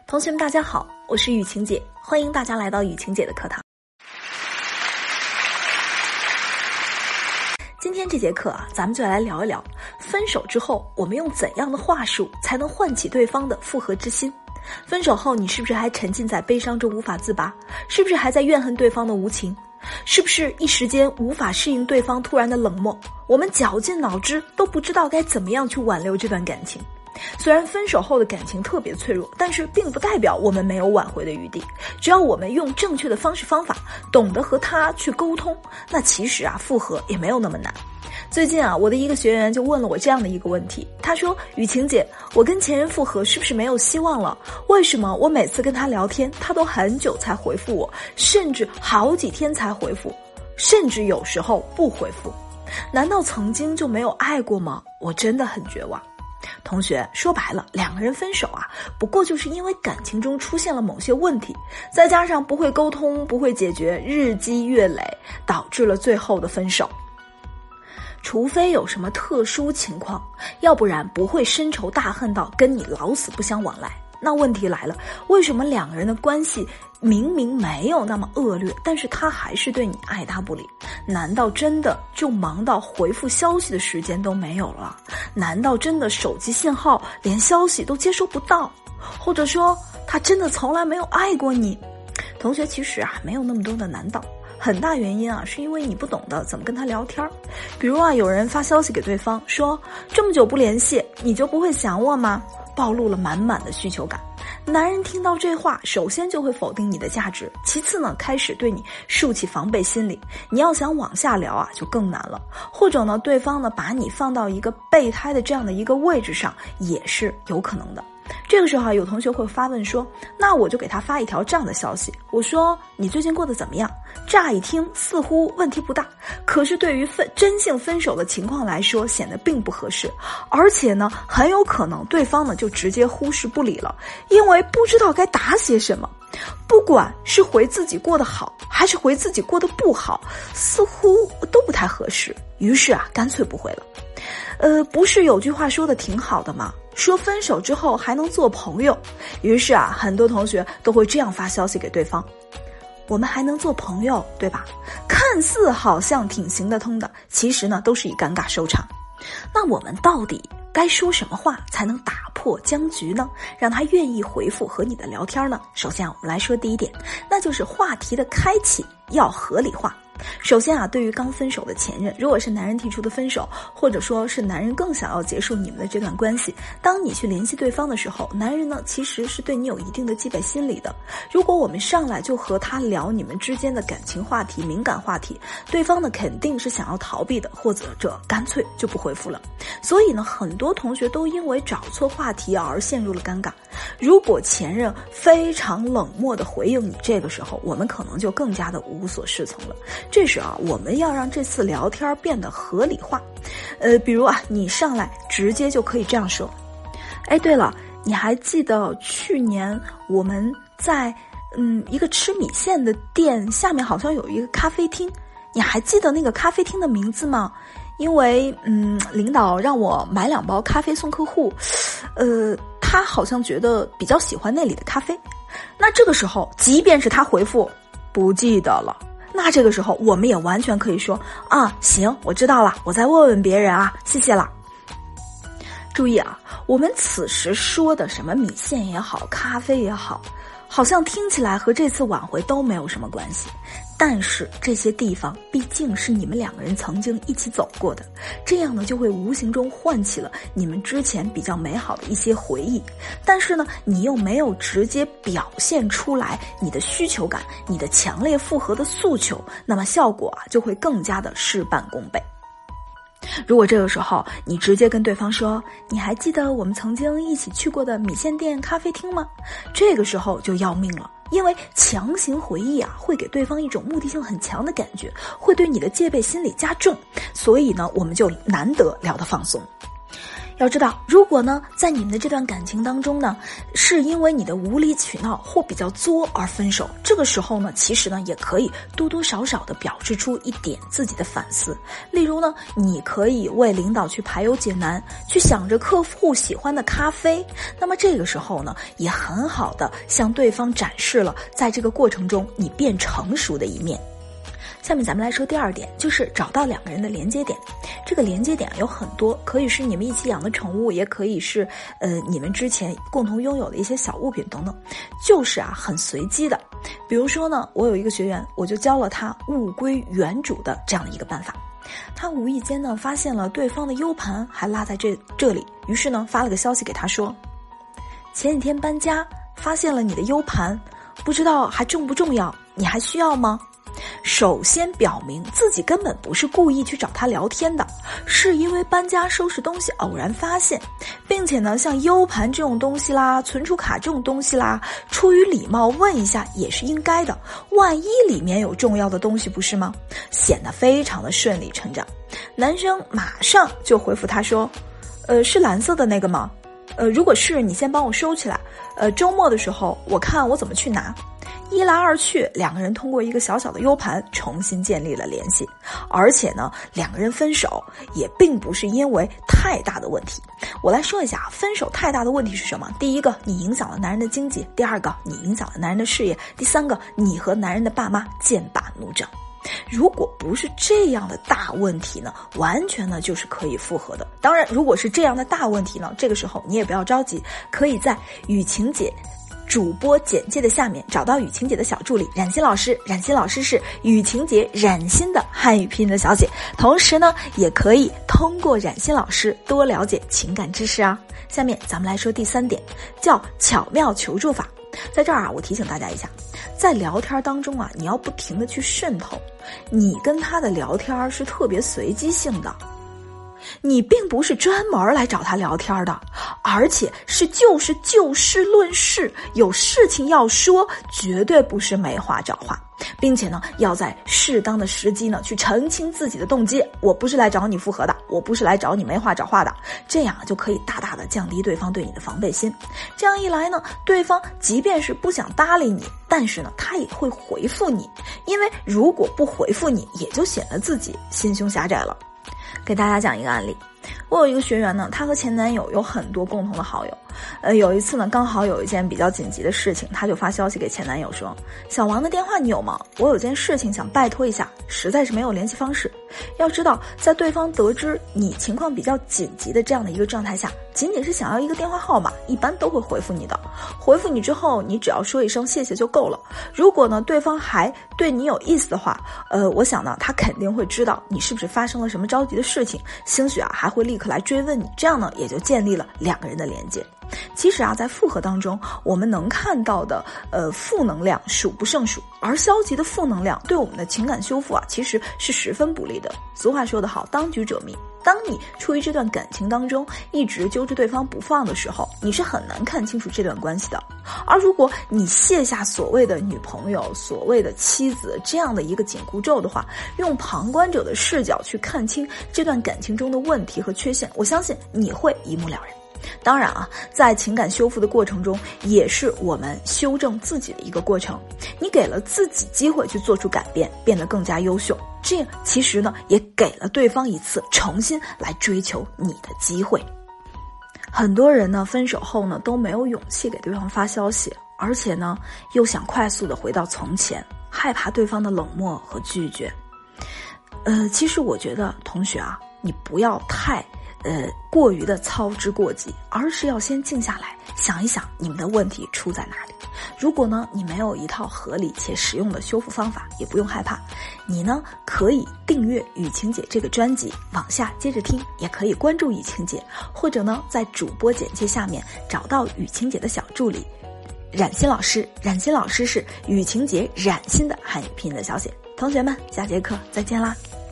同学们大家好，我是雨晴姐，欢迎大家来到雨晴姐的课堂。今天这节课啊，咱们就来聊一聊分手之后我们用怎样的话术才能唤起对方的复合之心。分手后你是不是还沉浸在悲伤中无法自拔？是不是还在怨恨对方的无情？是不是一时间无法适应对方突然的冷漠？我们绞尽脑汁都不知道该怎么样去挽留这段感情。虽然分手后的感情特别脆弱，但是并不代表我们没有挽回的余地。只要我们用正确的方式方法，懂得和他去沟通，那其实复合也没有那么难。最近我的一个学员就问了我这样的一个问题，他说：雨晴姐，我跟前任复合是不是没有希望了？为什么我每次跟他聊天，他都很久才回复我，甚至好几天才回复，甚至有时候不回复？难道曾经就没有爱过吗？我真的很绝望。同学，说白了，两个人分手不过就是因为感情中出现了某些问题，再加上不会沟通，不会解决，日积月累，导致了最后的分手。除非有什么特殊情况，要不然不会深仇大恨到跟你老死不相往来。那问题来了，为什么两个人的关系明明没有那么恶劣，但是他还是对你爱答不理？难道真的就忙到回复消息的时间都没有了？难道真的手机信号连消息都接收不到？或者说他真的从来没有爱过你？同学，其实没有那么多的难道，很大原因是因为你不懂得怎么跟他聊天。比如有人发消息给对方说，这么久不联系，你就不会想我吗？暴露了满满的需求感。男人听到这话，首先就会否定你的价值，其次呢，开始对你竖起防备心理。你要想往下聊就更难了。或者呢，对方呢把你放到一个备胎的这样的一个位置上，也是有可能的。这个时候有同学会发问说，那我就给他发一条这样的消息，我说你最近过得怎么样？乍一听似乎问题不大，可是对于真性分手的情况来说，显得并不合适。而且呢，很有可能对方呢就直接忽视不理了，因为不知道该答些什么。不管是回自己过得好，还是回自己过得不好，似乎都不太合适，于是干脆不回了。不是有句话说的挺好的吗？说分手之后还能做朋友。于是很多同学都会这样发消息给对方，我们还能做朋友，对吧？看似好像挺行得通的，其实呢都是以尴尬收场。那我们到底该说什么话才能打破僵局呢？让他愿意回复和你的聊天呢？首先我们来说第一点，那就是话题的开启要合理化。首先对于刚分手的前任，如果是男人提出的分手，或者说是男人更想要结束你们的这段关系，当你去联系对方的时候，男人呢其实是对你有一定的戒备心理的。如果我们上来就和他聊你们之间的感情话题、敏感话题，对方呢肯定是想要逃避的，或者干脆就不回复了。所以呢，很多同学都因为找错话题而陷入了尴尬。如果前任非常冷漠的回应你，这个时候我们可能就更加的无所适从了。这时我们要让这次聊天变得合理化。比如你上来直接就可以这样说，对了，你还记得去年我们在一个吃米线的店下面好像有一个咖啡厅，你还记得那个咖啡厅的名字吗？因为领导让我买2包咖啡送客户，他好像觉得比较喜欢那里的咖啡。那这个时候即便是他回复不记得了，那这个时候我们也完全可以说行，我知道了，我再问问别人谢谢了。注意我们此时说的什么米线也好，咖啡也好，好像听起来和这次挽回都没有什么关系，但是这些地方毕竟是你们两个人曾经一起走过的，这样呢就会无形中唤起了你们之前比较美好的一些回忆。但是呢，你又没有直接表现出来你的需求感，你的强烈复合的诉求，那么效果就会更加的事半功倍。如果这个时候你直接跟对方说，你还记得我们曾经一起去过的米线店咖啡厅吗？这个时候就要命了，因为强行回忆会给对方一种目的性很强的感觉，会对你的戒备心理加重，所以呢我们就难得聊得放松。 要知道，如果呢，在你们的这段感情当中呢，是因为你的无理取闹或比较作而分手，这个时候呢，其实呢，也可以多多少少的表示出一点自己的反思。例如呢，你可以为领导去排忧解难，去想着客户喜欢的咖啡。那么这个时候呢，也很好的向对方展示了在这个过程中你变成熟的一面。下面咱们来说第二点，就是找到两个人的连接点。这个连接点有很多，可以是你们一起养的宠物，也可以是你们之前共同拥有的一些小物品等等，就是很随机的。比如说呢，我有一个学员，我就教了他物归原主的这样的一个办法。他无意间呢发现了对方的 U 盘还落在这里，于是呢发了个消息给他说，前几天搬家发现了你的 U 盘，不知道还重不重要，你还需要吗？首先表明自己根本不是故意去找他聊天的，是因为搬家收拾东西偶然发现，并且呢像 U 盘这种东西啦，存储卡这种东西啦，出于礼貌问一下也是应该的，万一里面有重要的东西不是吗？显得非常的顺理成章。男生马上就回复他说，是蓝色的那个吗？如果是，你先帮我收起来，周末的时候我看我怎么去拿。一来二去，两个人通过一个小小的 U 盘重新建立了联系，而且呢，两个人分手也并不是因为太大的问题。我来说一下，分手太大的问题是什么？第一个，你影响了男人的经济；第二个，你影响了男人的事业；第三个，你和男人的爸妈剑拔弩张。如果不是这样的大问题呢，完全呢就是可以复合的。当然，如果是这样的大问题呢，这个时候你也不要着急，可以在雨晴姐主播简介的下面找到雨晴姐的小助理冉欣老师，冉欣老师是雨晴姐冉欣的汉语拼音的小姐，同时呢也可以通过冉欣老师多了解情感知识啊。下面咱们来说第三点，叫巧妙求助法。在这儿我提醒大家一下，在聊天当中你要不停的去渗透，你跟他的聊天是特别随机性的，你并不是专门来找他聊天的，而且是就事论事，有事情要说，绝对不是没话找话，并且呢要在适当的时机呢去澄清自己的动机，我不是来找你复合的，我不是来找你没话找话的，这样就可以大大的降低对方对你的防备心。这样一来呢，对方即便是不想搭理你，但是呢他也会回复你，因为如果不回复你，也就显得自己心胸狭窄了。给大家讲一个案例，我有一个学员呢，她和前男友有很多共同的好友，有一次呢，刚好有一件比较紧急的事情，她就发消息给前男友说，小王的电话你有吗？我有件事情想拜托一下，实在是没有联系方式。要知道，在对方得知你情况比较紧急的这样的一个状态下，仅仅是想要一个电话号码，一般都会回复你的。回复你之后，你只要说一声谢谢就够了。如果呢，对方还对你有意思的话，我想呢，他肯定会知道你是不是发生了什么着急的事情，兴许还会立刻来追问你，这样呢，也就建立了两个人的连接。其实在复合当中，我们能看到的负能量数不胜数，而消极的负能量对我们的情感修复其实是十分不利的。俗话说得好，当局者迷。当你处于这段感情当中一直揪着对方不放的时候，你是很难看清楚这段关系的。而如果你卸下所谓的女朋友、所谓的妻子这样的一个紧箍咒的话，用旁观者的视角去看清这段感情中的问题和缺陷，我相信你会一目了然。当然在情感修复的过程中，也是我们修正自己的一个过程。你给了自己机会去做出改变，变得更加优秀，这样其实呢，也给了对方一次重新来追求你的机会。很多人呢，分手后呢，都没有勇气给对方发消息，而且呢，又想快速的回到从前，害怕对方的冷漠和拒绝。其实我觉得同学你不要太过于的操之过急，而是要先静下来想一想你们的问题出在哪里。如果呢你没有一套合理且实用的修复方法，也不用害怕，你呢可以订阅雨晴姐这个专辑往下接着听，也可以关注雨晴姐，或者呢在主播简介下面找到雨晴姐的小助理冉欣老师，冉欣老师是雨晴姐冉欣的汉语拼音的小写。同学们，下节课再见啦。